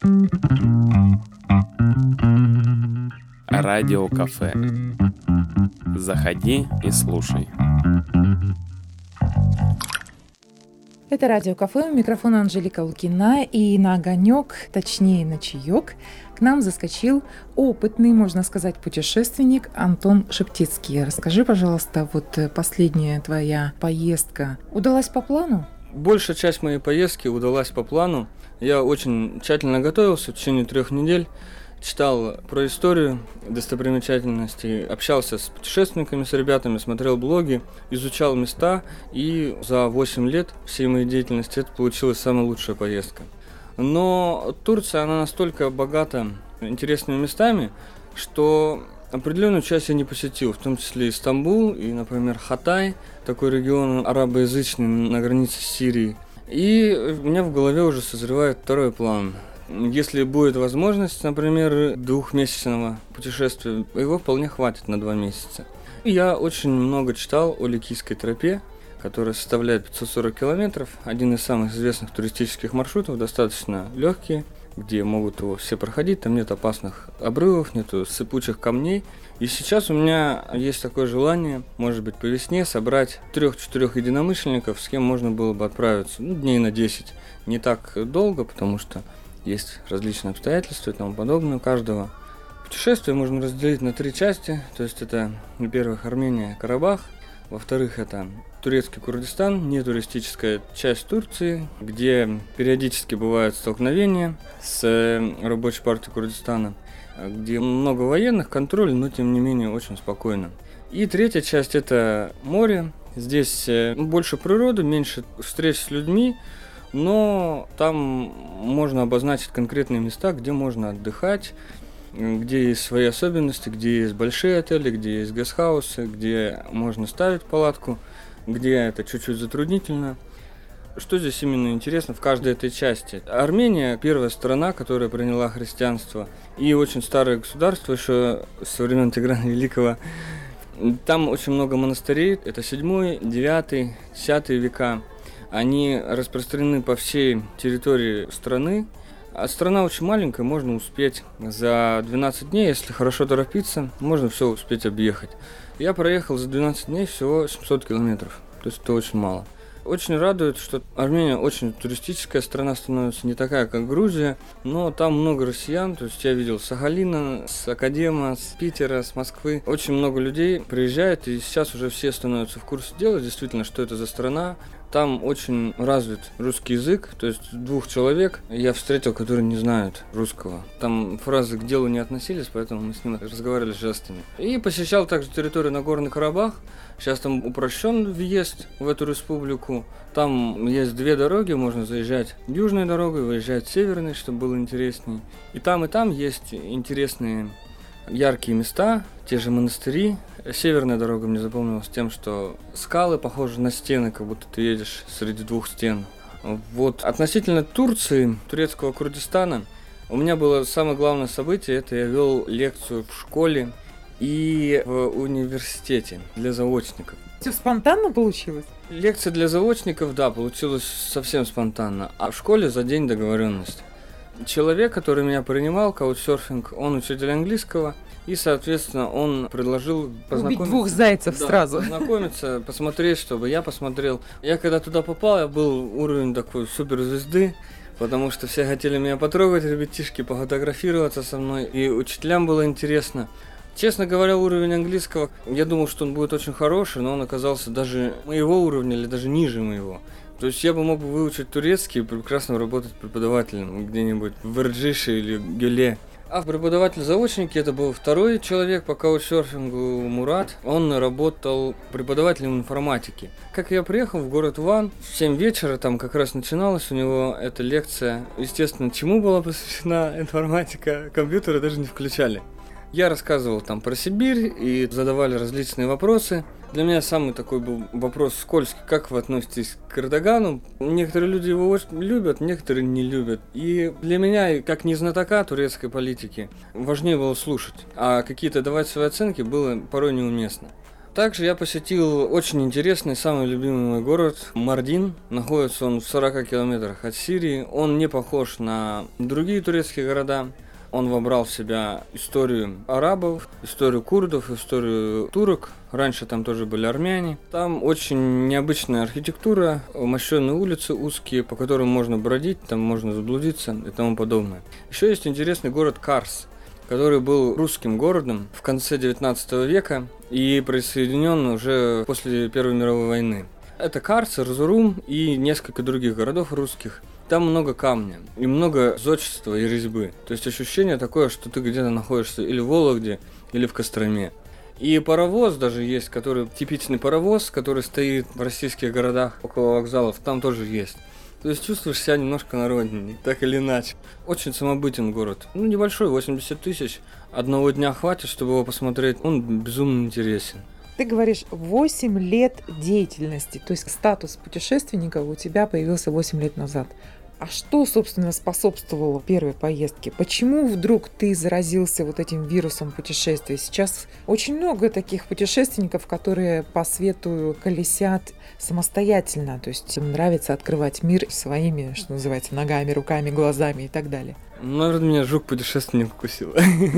Радиокафе. Заходи и слушай. Это радиокафе, у микрофона Анжелика Лукина, и на огонек, точнее на чаек, к нам заскочил опытный, можно сказать, путешественник Антон Шептицкий. Расскажи, пожалуйста, вот последняя твоя поездка удалась по плану? Большая часть моей поездки удалась по плану. Я очень тщательно готовился в течение 3 недель. Читал про историю, достопримечательности, общался с путешественниками, с ребятами, смотрел блоги, изучал места, и за 8 лет всей моей деятельности это получилась самая лучшая поездка. Но Турция, она настолько богата интересными местами, что определенную часть я не посетил, в том числе и Стамбул, и, например, Хатай, такой регион арабоязычный на границе с Сирией. И у меня в голове уже созревает второй план. Если будет возможность, например, 2-месячного путешествия, его вполне хватит на 2 месяца. Я очень много читал о Ликийской тропе, которая составляет 540 километров. Один из самых известных туристических маршрутов, достаточно легкий, где могут его все проходить, там нет опасных обрывов, нету сыпучих камней. И сейчас у меня есть такое желание, может быть, по весне собрать 3-4 единомышленников, с кем можно было бы отправиться, дней на 10. Не так долго, потому что есть различные обстоятельства и тому подобное у каждого. Путешествие можно разделить на 3 части, то есть это, во-первых, Армения, Карабах, во-вторых, это турецкий Курдистан, нетуристическая часть Турции, где периодически бывают столкновения с рабочей партией Курдистана, где много военных, контроль, но тем не менее очень спокойно. И 3-я часть это море, здесь больше природы, меньше встреч с людьми, но там можно обозначить конкретные места, где можно отдыхать, где есть свои особенности, где есть большие отели, где есть гестхаусы, где можно ставить палатку, где это чуть-чуть затруднительно. Что здесь именно интересно в каждой этой части? Армения – первая страна, которая приняла христианство, и очень старое государство, еще со времен Тиграна Великого. Там очень много монастырей, это 7, 9, 10 века. Они распространены по всей территории страны. А страна очень маленькая, можно успеть за 12 дней, если хорошо торопиться, можно все успеть объехать. Я проехал за 12 дней всего 700 километров, то есть это очень мало. Очень радует, что Армения очень туристическая страна становится, не такая, как Грузия, но там много россиян, то есть я видел с Сахалина, с Академа, с Питера, с Москвы. Очень много людей приезжает, и сейчас уже все становятся в курсе дела, действительно, что это за страна. Там очень развит русский язык, то есть 2 человек я встретил, которые не знают русского. Там фразы к делу не относились, поэтому мы с ними разговаривали жестами. И посещал также территорию Нагорный Карабах. Сейчас там упрощен въезд в эту республику. Там есть 2 дороги, можно заезжать южной дорогой, выезжать северной, чтобы было интереснее. И там есть интересные яркие места, те же монастыри. Северная дорога мне запомнилась тем, что скалы похожи на стены, как будто ты едешь среди 2 стен. Вот относительно Турции, турецкого Курдистана, у меня было самое главное событие, это я вел лекцию в школе и в университете для заочников. Все спонтанно получилось? Лекция для заочников, да, получилась совсем спонтанно, а в школе за день договоренности. Человек, который меня принимал, каучсерфинг, он учитель английского, и, соответственно, он предложил познакомиться. Убить 2 зайцев сразу. Познакомиться, посмотреть, чтобы я посмотрел. Я когда туда попал, я был уровень такой суперзвезды, потому что все хотели меня потрогать, ребятишки, пофотографироваться со мной, и учителям было интересно. Честно говоря, уровень английского, я думал, что он будет очень хороший, но он оказался даже моего уровня или даже ниже моего. То есть я бы мог выучить турецкий и прекрасно работать преподавателем где-нибудь в Эрджише или Гюле. А преподаватель-заочники это был 2-й человек по каучсерфингу Мурат. Он работал преподавателем информатики. Как я приехал в город Ван, в 7 вечера там как раз начиналась у него эта лекция. Естественно, чему была посвящена информатика, компьютеры даже не включали. Я рассказывал там про Сибирь и задавали различные вопросы. Для меня самый такой был вопрос скользкий, как вы относитесь к Эрдогану? Некоторые люди его очень любят, некоторые не любят. И для меня, как не знатока турецкой политики, важнее было слушать, а какие-то давать свои оценки было порой неуместно. Также я посетил очень интересный, самый любимый мой город Мардин. Находится он в 40 километрах от Сирии. Он не похож на другие турецкие города. Он вобрал в себя историю арабов, историю курдов, историю турок. Раньше там тоже были армяне. Там очень необычная архитектура, мощенные улицы узкие, по которым можно бродить, там можно заблудиться и тому подобное. Еще есть интересный город Карс, который был русским городом в конце 19 века и присоединен уже после Первой мировой войны. Это Карс, Эрзурум и несколько других городов русских. Там много камня и много зодчества и резьбы. То есть ощущение такое, что ты где-то находишься или в Вологде, или в Костроме. И паровоз даже есть, который типичный паровоз, который стоит в российских городах около вокзалов, там тоже есть. То есть чувствуешь себя немножко народнее, так или иначе. Очень самобытен город. Небольшой, 80 тысяч. Одного дня хватит, чтобы его посмотреть. Он безумно интересен. Ты говоришь, 8 лет деятельности, то есть статус путешественника у тебя появился 8 лет назад. А что, собственно, способствовало первой поездке? Почему вдруг ты заразился вот этим вирусом путешествий? Сейчас очень много таких путешественников, которые по свету колесят самостоятельно. То есть им нравится открывать мир своими, что называется, ногами, руками, глазами и так далее. Наверное, меня жук-путешественник укусил.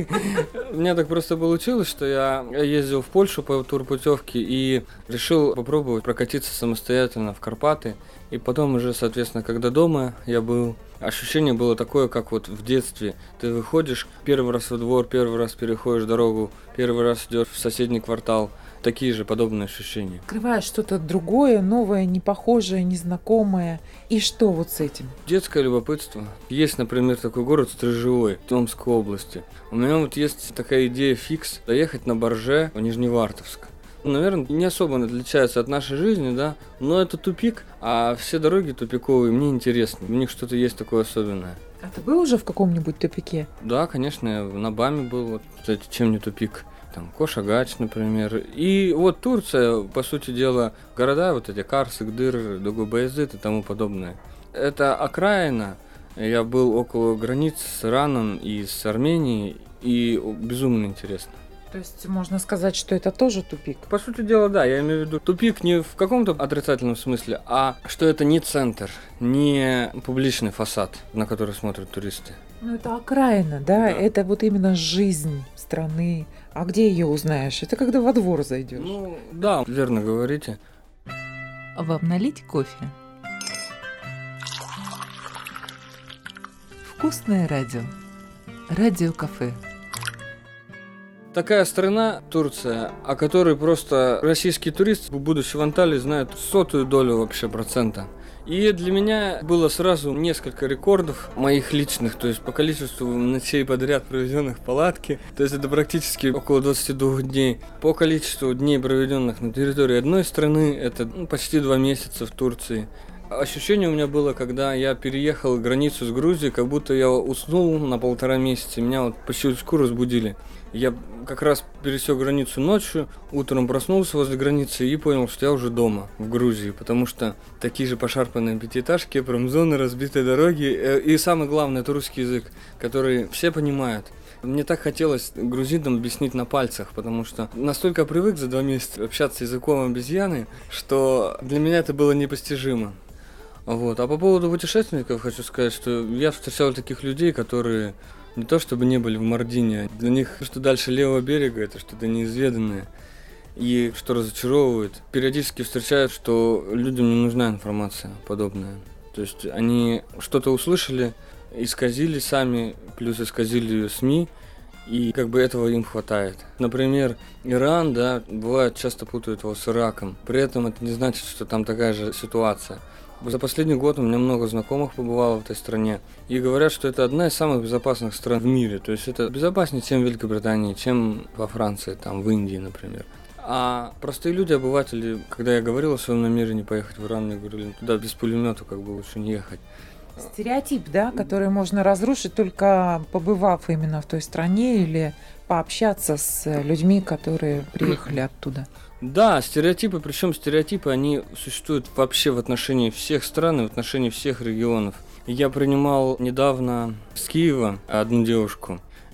У меня так просто получилось, что я ездил в Польшу по турпутевке и решил попробовать прокатиться самостоятельно в Карпаты. И потом уже, соответственно, когда дома я был, ощущение было такое, как вот в детстве. Ты выходишь первый раз во двор, первый раз переходишь дорогу, первый раз идешь в соседний квартал. Такие же подобные ощущения. Открываешь что-то другое, новое, непохожее, незнакомое. И что вот с этим? Детское любопытство. Есть, например, такой город Стрежевой в Томской области. У меня вот есть такая идея фикс доехать на барже в Нижневартовск. Наверное, не особо отличается от нашей жизни, да, но это тупик, а все дороги тупиковые мне интересны. В них что-то есть такое особенное. А ты был уже в каком-нибудь тупике? Да, конечно, я на БАМе был, вот, кстати, чем не тупик. Там Кош-Агач, например. И вот Турция, по сути дела, города, вот эти Карс, Игдыр, Дагубаязыт и тому подобное. Это окраина. Я был около границ с Ираном и с Арменией, и безумно интересно. То есть можно сказать, что это тоже тупик? По сути дела, да, я имею в виду тупик не в каком-то отрицательном смысле, а что это не центр, не публичный фасад, на который смотрят туристы. Ну это окраина, да? Это вот именно жизнь страны. А где ее узнаешь? Это когда во двор зайдешь. Ну, да, верно говорите. Вам налить кофе? Вкусное радио. Радиокафе. Такая страна, Турция, о которой просто российский турист, будучи в Анталии, знает 100 долю вообще процента. И для меня было сразу несколько рекордов моих личных, то есть по количеству ночей подряд, проведенных в палатке, то есть это практически около 22 дней. По количеству дней, проведенных на территории одной страны, это почти 2 месяца в Турции. Ощущение у меня было, когда я переехал границу с Грузией, как будто я уснул на 1,5 месяца, меня вот по щелчку разбудили. Я как раз пересек границу ночью, утром проснулся возле границы и понял, что я уже дома, в Грузии, потому что такие же пошарпанные пятиэтажки, промзоны, разбитые дороги, и самое главное, это русский язык, который все понимают. Мне так хотелось грузинам объяснить на пальцах, потому что настолько привык за 2 месяца общаться языком обезьяны, что для меня это было непостижимо. Вот. А по поводу путешественников хочу сказать, что я встречал таких людей, которые не то чтобы не были в Мардине, для них что дальше левого берега это что-то неизведанное и что разочаровывает. Периодически встречают, что людям не нужна информация подобная. То есть они что-то услышали, исказили сами, плюс исказили СМИ, и как бы этого им хватает. Например, Иран, да, бывает часто путают его с Ираком. При этом это не значит, что там такая же ситуация. За последний год у меня много знакомых побывало в этой стране. И говорят, что это одна из самых безопасных стран в мире. То есть это безопаснее, чем в Великобритании, чем во Франции, там, в Индии, например. А простые люди, обыватели, когда я говорил о своем намерении поехать в Иран, мне говорили, туда без пулемета как бы лучше не ехать. Стереотип, да, который можно разрушить, только побывав именно в той стране или пообщаться с людьми, которые приехали оттуда. Да, стереотипы, причем стереотипы, они существуют вообще в отношении всех стран и в отношении всех регионов. Я принимал недавно с Киева одну девушку,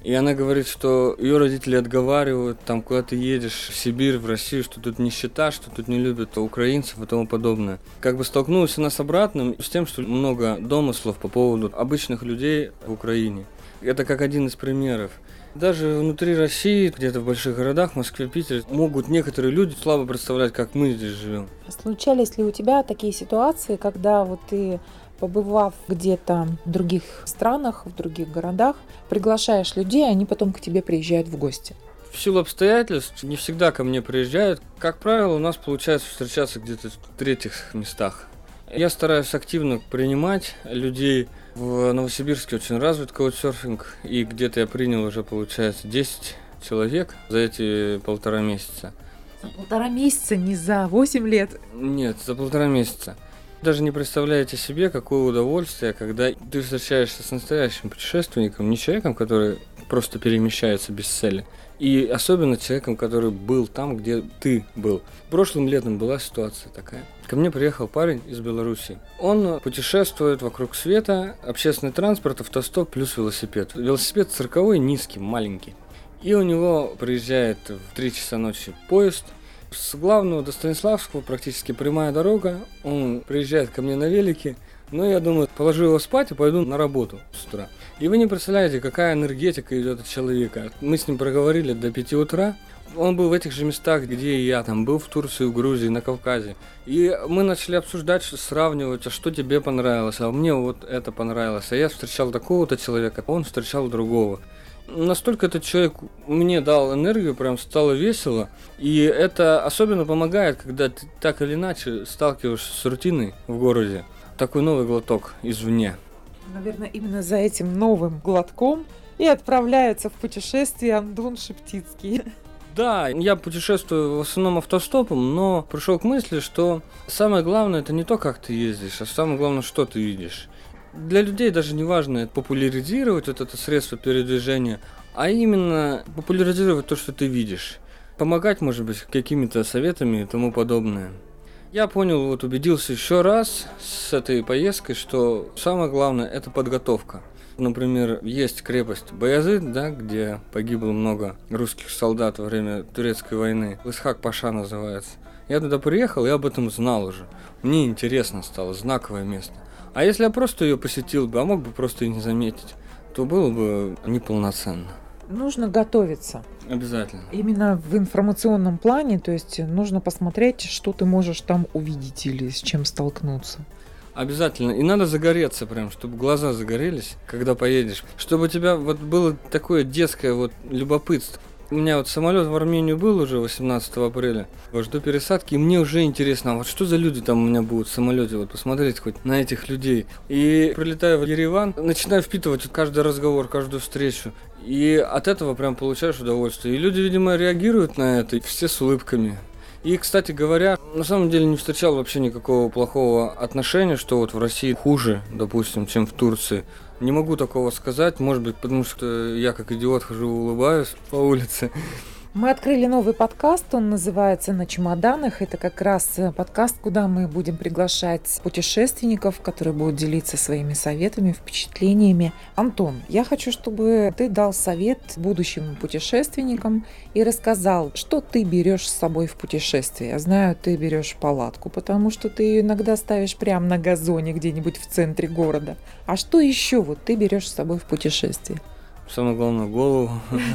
И она говорит, что ее родители отговаривают, там, куда ты едешь, в Сибирь, в Россию, что тут нищета, что тут не любят украинцев и тому подобное. Как бы столкнулась она с обратным, с тем, что много домыслов по поводу обычных людей в Украине. Это как один из примеров. Даже внутри России, где-то в больших городах, Москве, Питере, могут некоторые люди слабо представлять, как мы здесь живем. Случались ли у тебя такие ситуации, когда вот ты, побывав где-то в других странах, в других городах, приглашаешь людей, а они потом к тебе приезжают в гости? В силу обстоятельств не всегда ко мне приезжают. Как правило, у нас получается встречаться где-то в третьих местах. Я стараюсь активно принимать людей. В Новосибирске очень развит каучсерфинг, и где-то я принял уже, получается, 10 человек за эти 1,5 месяца. За 1,5 месяца, не за 8 лет? Нет, за 1,5 месяца. Даже не представляете себе, какое удовольствие, когда ты встречаешься с настоящим путешественником, не человеком, который просто перемещается без цели, и особенно человеком, который был там, где ты был. Прошлым летом была ситуация такая. Ко мне приехал парень из Беларуси. Он путешествует вокруг света, общественный транспорт, автостоп плюс велосипед. Велосипед цирковой, низкий, маленький. И у него приезжает в 3 часа ночи поезд. С главного до Станиславского практически прямая дорога. Он приезжает ко мне на велике. Но я думаю, положу его спать и пойду на работу с утра. И вы не представляете, какая энергетика идет от человека. Мы с ним проговорили до 5 утра. Он был в этих же местах, где и я, там был в Турции, в Грузии, на Кавказе. И мы начали обсуждать, сравнивать, а что тебе понравилось, а мне вот это понравилось. А я встречал такого-то человека, а он встречал другого. Настолько этот человек мне дал энергию, прям стало весело. И это особенно помогает, когда ты так или иначе сталкиваешься с рутиной в городе. Такой новый глоток извне. Наверное, именно за этим новым глотком и отправляется в путешествие Антон Шептицкий. Да, я путешествую в основном автостопом, но пришел к мысли, что самое главное это не то, как ты ездишь, а самое главное, что ты видишь. Для людей даже не важно популяризировать вот это средство передвижения, а именно популяризировать то, что ты видишь. Помогать, может быть, какими-то советами и тому подобное. Я понял, вот убедился еще раз с этой поездкой, что самое главное это подготовка. Например, есть крепость Баязыт, да, где погибло много русских солдат во время Турецкой войны. Исхак-Паша называется. Я туда приехал и об этом знал уже. Мне интересно стало, знаковое место. А если я просто ее посетил бы, а мог бы просто и не заметить, то было бы неполноценно. Нужно готовиться. Обязательно. Именно в информационном плане, то есть нужно посмотреть, что ты можешь там увидеть или с чем столкнуться. Обязательно. И надо загореться прям, чтобы глаза загорелись, когда поедешь. Чтобы у тебя вот было такое детское вот любопытство. У меня вот самолет в Армению был уже 18 апреля. Жду пересадки, и мне уже интересно, а вот что за люди там у меня будут в самолете, вот посмотреть хоть на этих людей. И прилетаю в Ереван, начинаю впитывать каждый разговор, каждую встречу. И от этого прям получаешь удовольствие. И люди, видимо, реагируют на это, все с улыбками. И, кстати говоря, на самом деле не встречал вообще никакого плохого отношения, что вот в России хуже, допустим, чем в Турции. Не могу такого сказать, может быть, потому что я как идиот хожу, улыбаюсь по улице. Мы открыли новый подкаст, он называется «На чемоданах». Это как раз подкаст, куда мы будем приглашать путешественников, которые будут делиться своими советами, впечатлениями. Антон, я хочу, чтобы ты дал совет будущим путешественникам и рассказал, что ты берешь с собой в путешествие. Я знаю, ты берешь палатку, потому что ты ее иногда ставишь прямо на газоне где-нибудь в центре города. А что еще вот ты берешь с собой в путешествие? Самое главное, голову.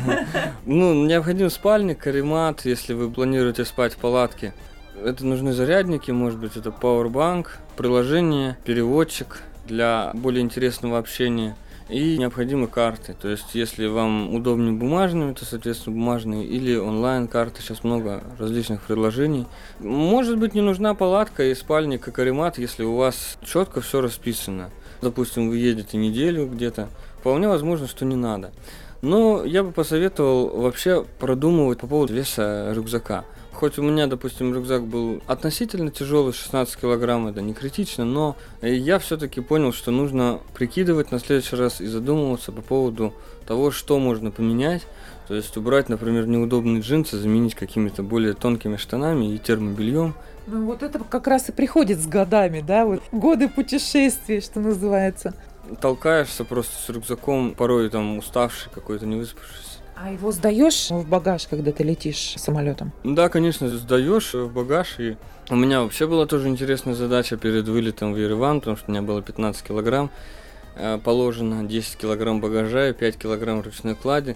Необходим спальник, каремат, если вы планируете спать в палатке. Это нужны зарядники, может быть, это пауэрбанк, приложение, переводчик для более интересного общения. И необходимы карты. То есть, если вам удобнее бумажными, то, соответственно, бумажные или онлайн-карты. Сейчас много различных предложений. Может быть, не нужна палатка и спальник, и каремат, если у вас четко все расписано. Допустим, вы едете неделю где-то. Вполне возможно, что не надо. Но я бы посоветовал вообще продумывать по поводу веса рюкзака. Хоть у меня, допустим, рюкзак был относительно тяжелый, 16 килограмм, это не критично, но я все-таки понял, что нужно прикидывать на следующий раз и задумываться по поводу того, что можно поменять. То есть убрать, например, неудобные джинсы, заменить какими-то более тонкими штанами и термобельем. Ну вот это как раз и приходит с годами, да, вот годы путешествий, что называется. толкаешься просто с рюкзаком, порой там уставший какой-то, не выспавшийся. А его сдаешь в багаж, когда ты летишь самолетом? Да, конечно, сдаешь в багаж. И у меня вообще была тоже интересная задача перед вылетом в Ереван, потому что у меня было 15 килограмм положено, 10 килограмм багажа и 5 килограмм ручной клади.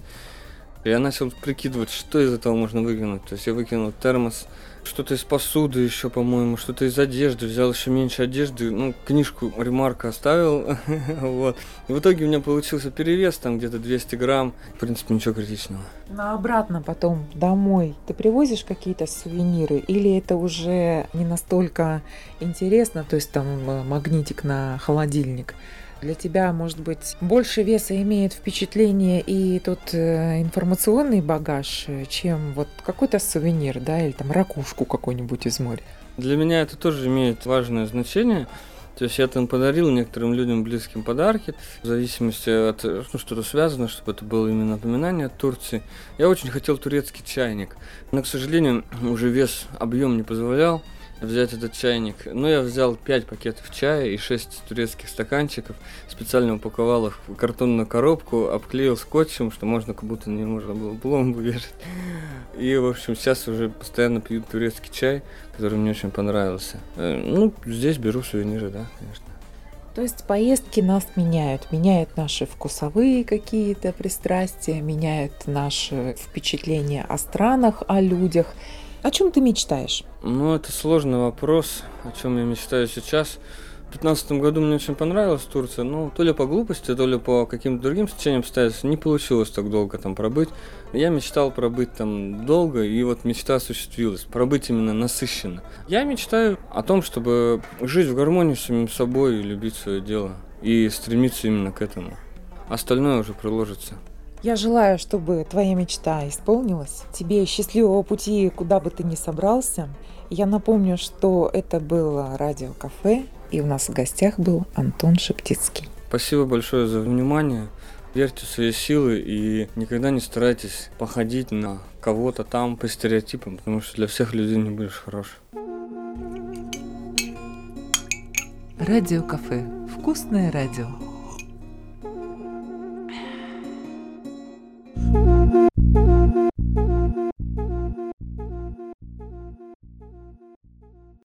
Я начал прикидывать, что из этого можно выкинуть. То есть я выкинул термос, что-то из посуды еще, по-моему, что-то из одежды. Взял еще меньше одежды, книжку ремарка оставил. Вот. И в итоге у меня получился перевес, там где-то 200 грамм. В принципе, ничего критичного. А обратно потом домой ты привозишь какие-то сувениры? Или это уже не настолько интересно, то есть там магнитик на холодильник? Для тебя, может быть, больше веса имеет впечатление и тот информационный багаж, чем вот какой-то сувенир, да, или там ракушку какую-нибудь из моря? Для меня это тоже имеет важное значение. То есть я там подарил некоторым людям близким подарки, в зависимости от, что-то связано, чтобы это было именно напоминание от Турции. Я очень хотел турецкий чайник, но, к сожалению, уже вес, объем не позволял взять этот чайник. Но я взял 5 пакетов чая и 6 турецких стаканчиков, специально упаковал их в картонную коробку, обклеил скотчем, что можно, как будто не можно было пломбу вешать. И, в общем, сейчас уже постоянно пью турецкий чай, который мне очень понравился. Здесь беру сувениры, да, конечно. То есть поездки нас меняют наши вкусовые какие-то пристрастия, меняют наши впечатления о странах, о людях. О чем ты мечтаешь? Это сложный вопрос, о чем я мечтаю сейчас. В 2015 году мне очень понравилась Турция, то ли по глупости, то ли по каким-то другим стечениям обстоятельств не получилось так долго там пробыть. Я мечтал пробыть там долго, и вот мечта осуществилась, пробыть именно насыщенно. Я мечтаю о том, чтобы жить в гармонии с самим собой и любить свое дело, и стремиться именно к этому. Остальное уже приложится. Я желаю, чтобы твоя мечта исполнилась. Тебе счастливого пути, куда бы ты ни собрался. Я напомню, что это было радиокафе, и у нас в гостях был Антон Шептицкий. Спасибо большое за внимание. Верьте в свои силы и никогда не старайтесь походить на кого-то там по стереотипам, потому что для всех людей не будешь хорош. Радиокафе. Вкусное радио.